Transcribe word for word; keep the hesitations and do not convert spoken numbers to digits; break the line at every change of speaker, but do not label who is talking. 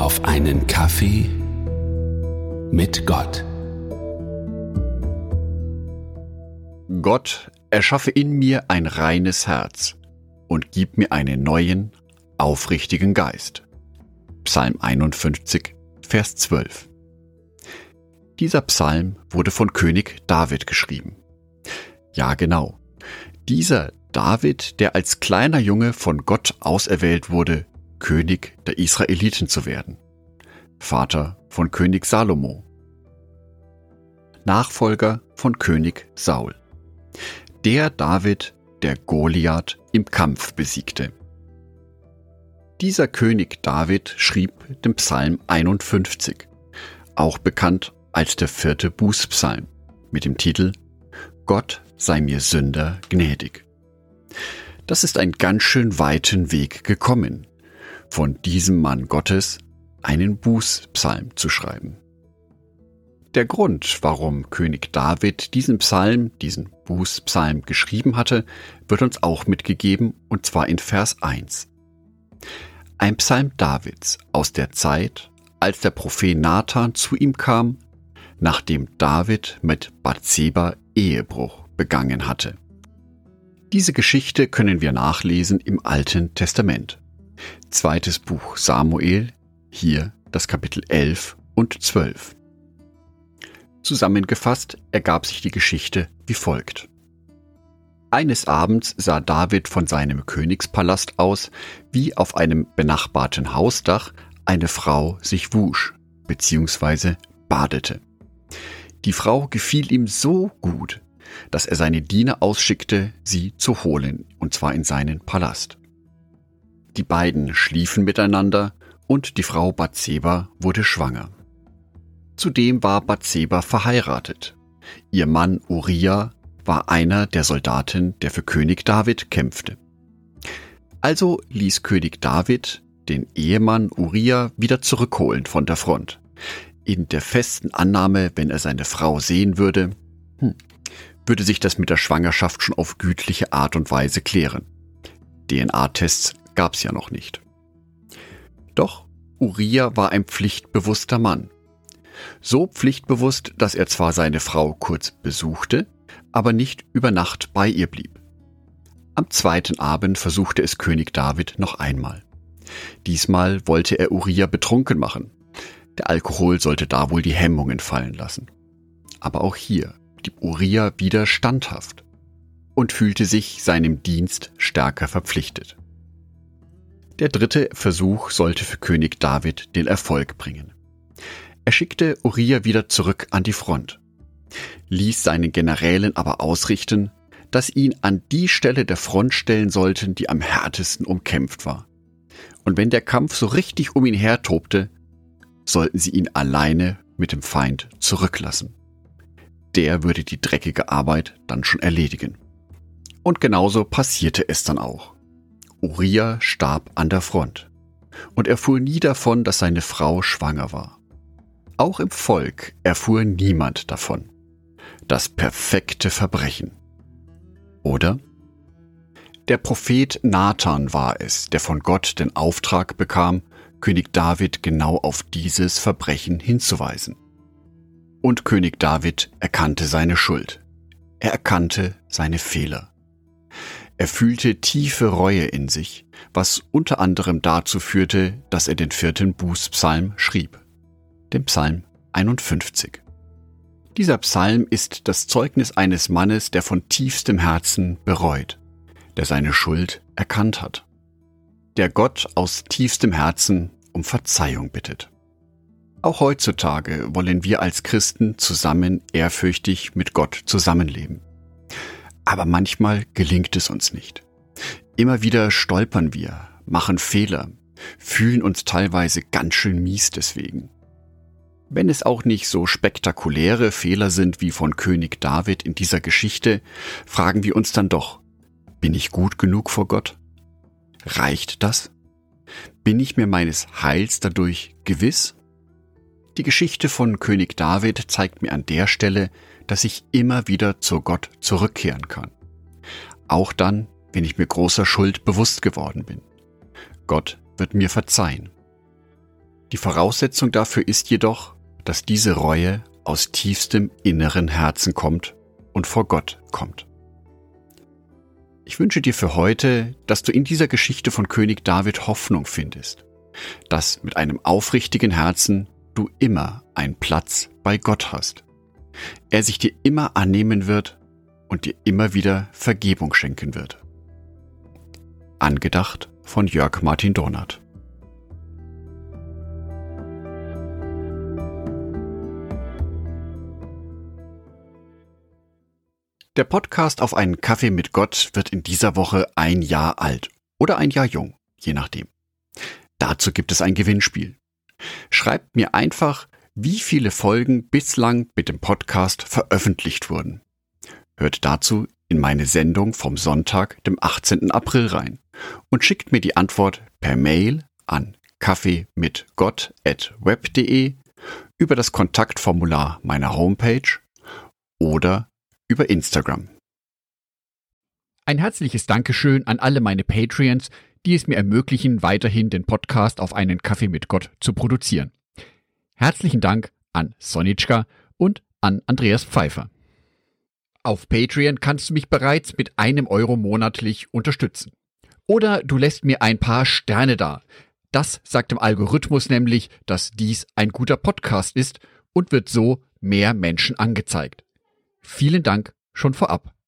Auf einen Kaffee mit Gott.
Gott, erschaffe in mir ein reines Herz und gib mir einen neuen, aufrichtigen Geist. Psalm einundfünfzig, Vers zwölf. Dieser Psalm wurde von König David geschrieben. Ja, genau. Dieser David, der als kleiner Junge von Gott auserwählt wurde, König der Israeliten zu werden. Vater von König Salomo. Nachfolger von König Saul. Der David, der Goliath im Kampf besiegte. Dieser König David schrieb den Psalm einundfünfzig, auch bekannt als der vierte Bußpsalm, mit dem Titel Gott sei mir Sünder gnädig. Das ist ein ganz schön weiten Weg gekommen, von diesem Mann Gottes einen Bußpsalm zu schreiben. Der Grund, warum König David diesen Psalm, diesen Bußpsalm geschrieben hatte, wird uns auch mitgegeben, und zwar in Vers eins. Ein Psalm Davids aus der Zeit, als der Prophet Nathan zu ihm kam, nachdem David mit Bathseba Ehebruch begangen hatte. Diese Geschichte können wir nachlesen im Alten Testament. Zweites Buch Samuel, hier das Kapitel elf und zwölf. Zusammengefasst ergab sich die Geschichte wie folgt. Eines Abends sah David von seinem Königspalast aus, wie auf einem benachbarten Hausdach eine Frau sich wusch bzw. badete. Die Frau gefiel ihm so gut, dass er seine Diener ausschickte, sie zu holen, und zwar in seinen Palast. Die beiden schliefen miteinander und die Frau Bathseba wurde schwanger. Zudem war Bathseba verheiratet. Ihr Mann Uria war einer der Soldaten, der für König David kämpfte. Also ließ König David den Ehemann Uria wieder zurückholen von der Front, in der festen Annahme, wenn er seine Frau sehen würde, hm, würde sich das mit der Schwangerschaft schon auf gütliche Art und Weise klären. D N A-Tests gab's ja noch nicht. Doch Uria war ein pflichtbewusster Mann. So pflichtbewusst, dass er zwar seine Frau kurz besuchte, aber nicht über Nacht bei ihr blieb. Am zweiten Abend versuchte es König David noch einmal. Diesmal wollte er Uria betrunken machen. Der Alkohol sollte da wohl die Hemmungen fallen lassen. Aber auch hier blieb Uria wieder standhaft und fühlte sich seinem Dienst stärker verpflichtet. Der dritte Versuch sollte für König David den Erfolg bringen. Er schickte Uria wieder zurück an die Front, ließ seinen Generälen aber ausrichten, dass ihn an die Stelle der Front stellen sollten, die am härtesten umkämpft war. Und wenn der Kampf so richtig um ihn her tobte, sollten sie ihn alleine mit dem Feind zurücklassen. Der würde die dreckige Arbeit dann schon erledigen. Und genauso passierte es dann auch. Uria starb an der Front und erfuhr nie davon, dass seine Frau schwanger war. Auch im Volk erfuhr niemand davon. Das perfekte Verbrechen. Oder? Der Prophet Nathan war es, der von Gott den Auftrag bekam, König David genau auf dieses Verbrechen hinzuweisen. Und König David erkannte seine Schuld. Er erkannte seine Fehler. Er fühlte tiefe Reue in sich, was unter anderem dazu führte, dass er den vierten Bußpsalm schrieb, den Psalm einundfünfzig. Dieser Psalm ist das Zeugnis eines Mannes, der von tiefstem Herzen bereut, der seine Schuld erkannt hat, der Gott aus tiefstem Herzen um Verzeihung bittet. Auch heutzutage wollen wir als Christen zusammen ehrfürchtig mit Gott zusammenleben. Aber manchmal gelingt es uns nicht. Immer wieder stolpern wir, machen Fehler, fühlen uns teilweise ganz schön mies deswegen. Wenn es auch nicht so spektakuläre Fehler sind wie von König David in dieser Geschichte, fragen wir uns dann doch, bin ich gut genug vor Gott? Reicht das? Bin ich mir meines Heils dadurch gewiss? Die Geschichte von König David zeigt mir an der Stelle, dass ich immer wieder zu Gott zurückkehren kann. Auch dann, wenn ich mir großer Schuld bewusst geworden bin. Gott wird mir verzeihen. Die Voraussetzung dafür ist jedoch, dass diese Reue aus tiefstem inneren Herzen kommt und vor Gott kommt. Ich wünsche dir für heute, dass du in dieser Geschichte von König David Hoffnung findest, dass mit einem aufrichtigen Herzen du immer einen Platz bei Gott hast. Er sich dir immer annehmen wird und dir immer wieder Vergebung schenken wird. Angedacht von Jörg Martin Donath. Der Podcast Auf einen Kaffee mit Gott wird in dieser Woche ein Jahr alt oder ein Jahr jung, je nachdem. Dazu gibt es ein Gewinnspiel. Schreibt mir einfach, wie viele Folgen bislang mit dem Podcast veröffentlicht wurden. Hört dazu in meine Sendung vom Sonntag, dem achtzehnten April rein und schickt mir die Antwort per Mail an kaffeemitgott at web punkt de, über das Kontaktformular meiner Homepage oder über Instagram.
Ein herzliches Dankeschön an alle meine Patreons, die es mir ermöglichen, weiterhin den Podcast Auf einen Kaffee mit Gott zu produzieren. Herzlichen Dank an Sonitschka und an Andreas Pfeiffer. Auf Patreon kannst du mich bereits mit einem Euro monatlich unterstützen. Oder du lässt mir ein paar Sterne da. Das sagt dem Algorithmus nämlich, dass dies ein guter Podcast ist und wird so mehr Menschen angezeigt. Vielen Dank schon vorab.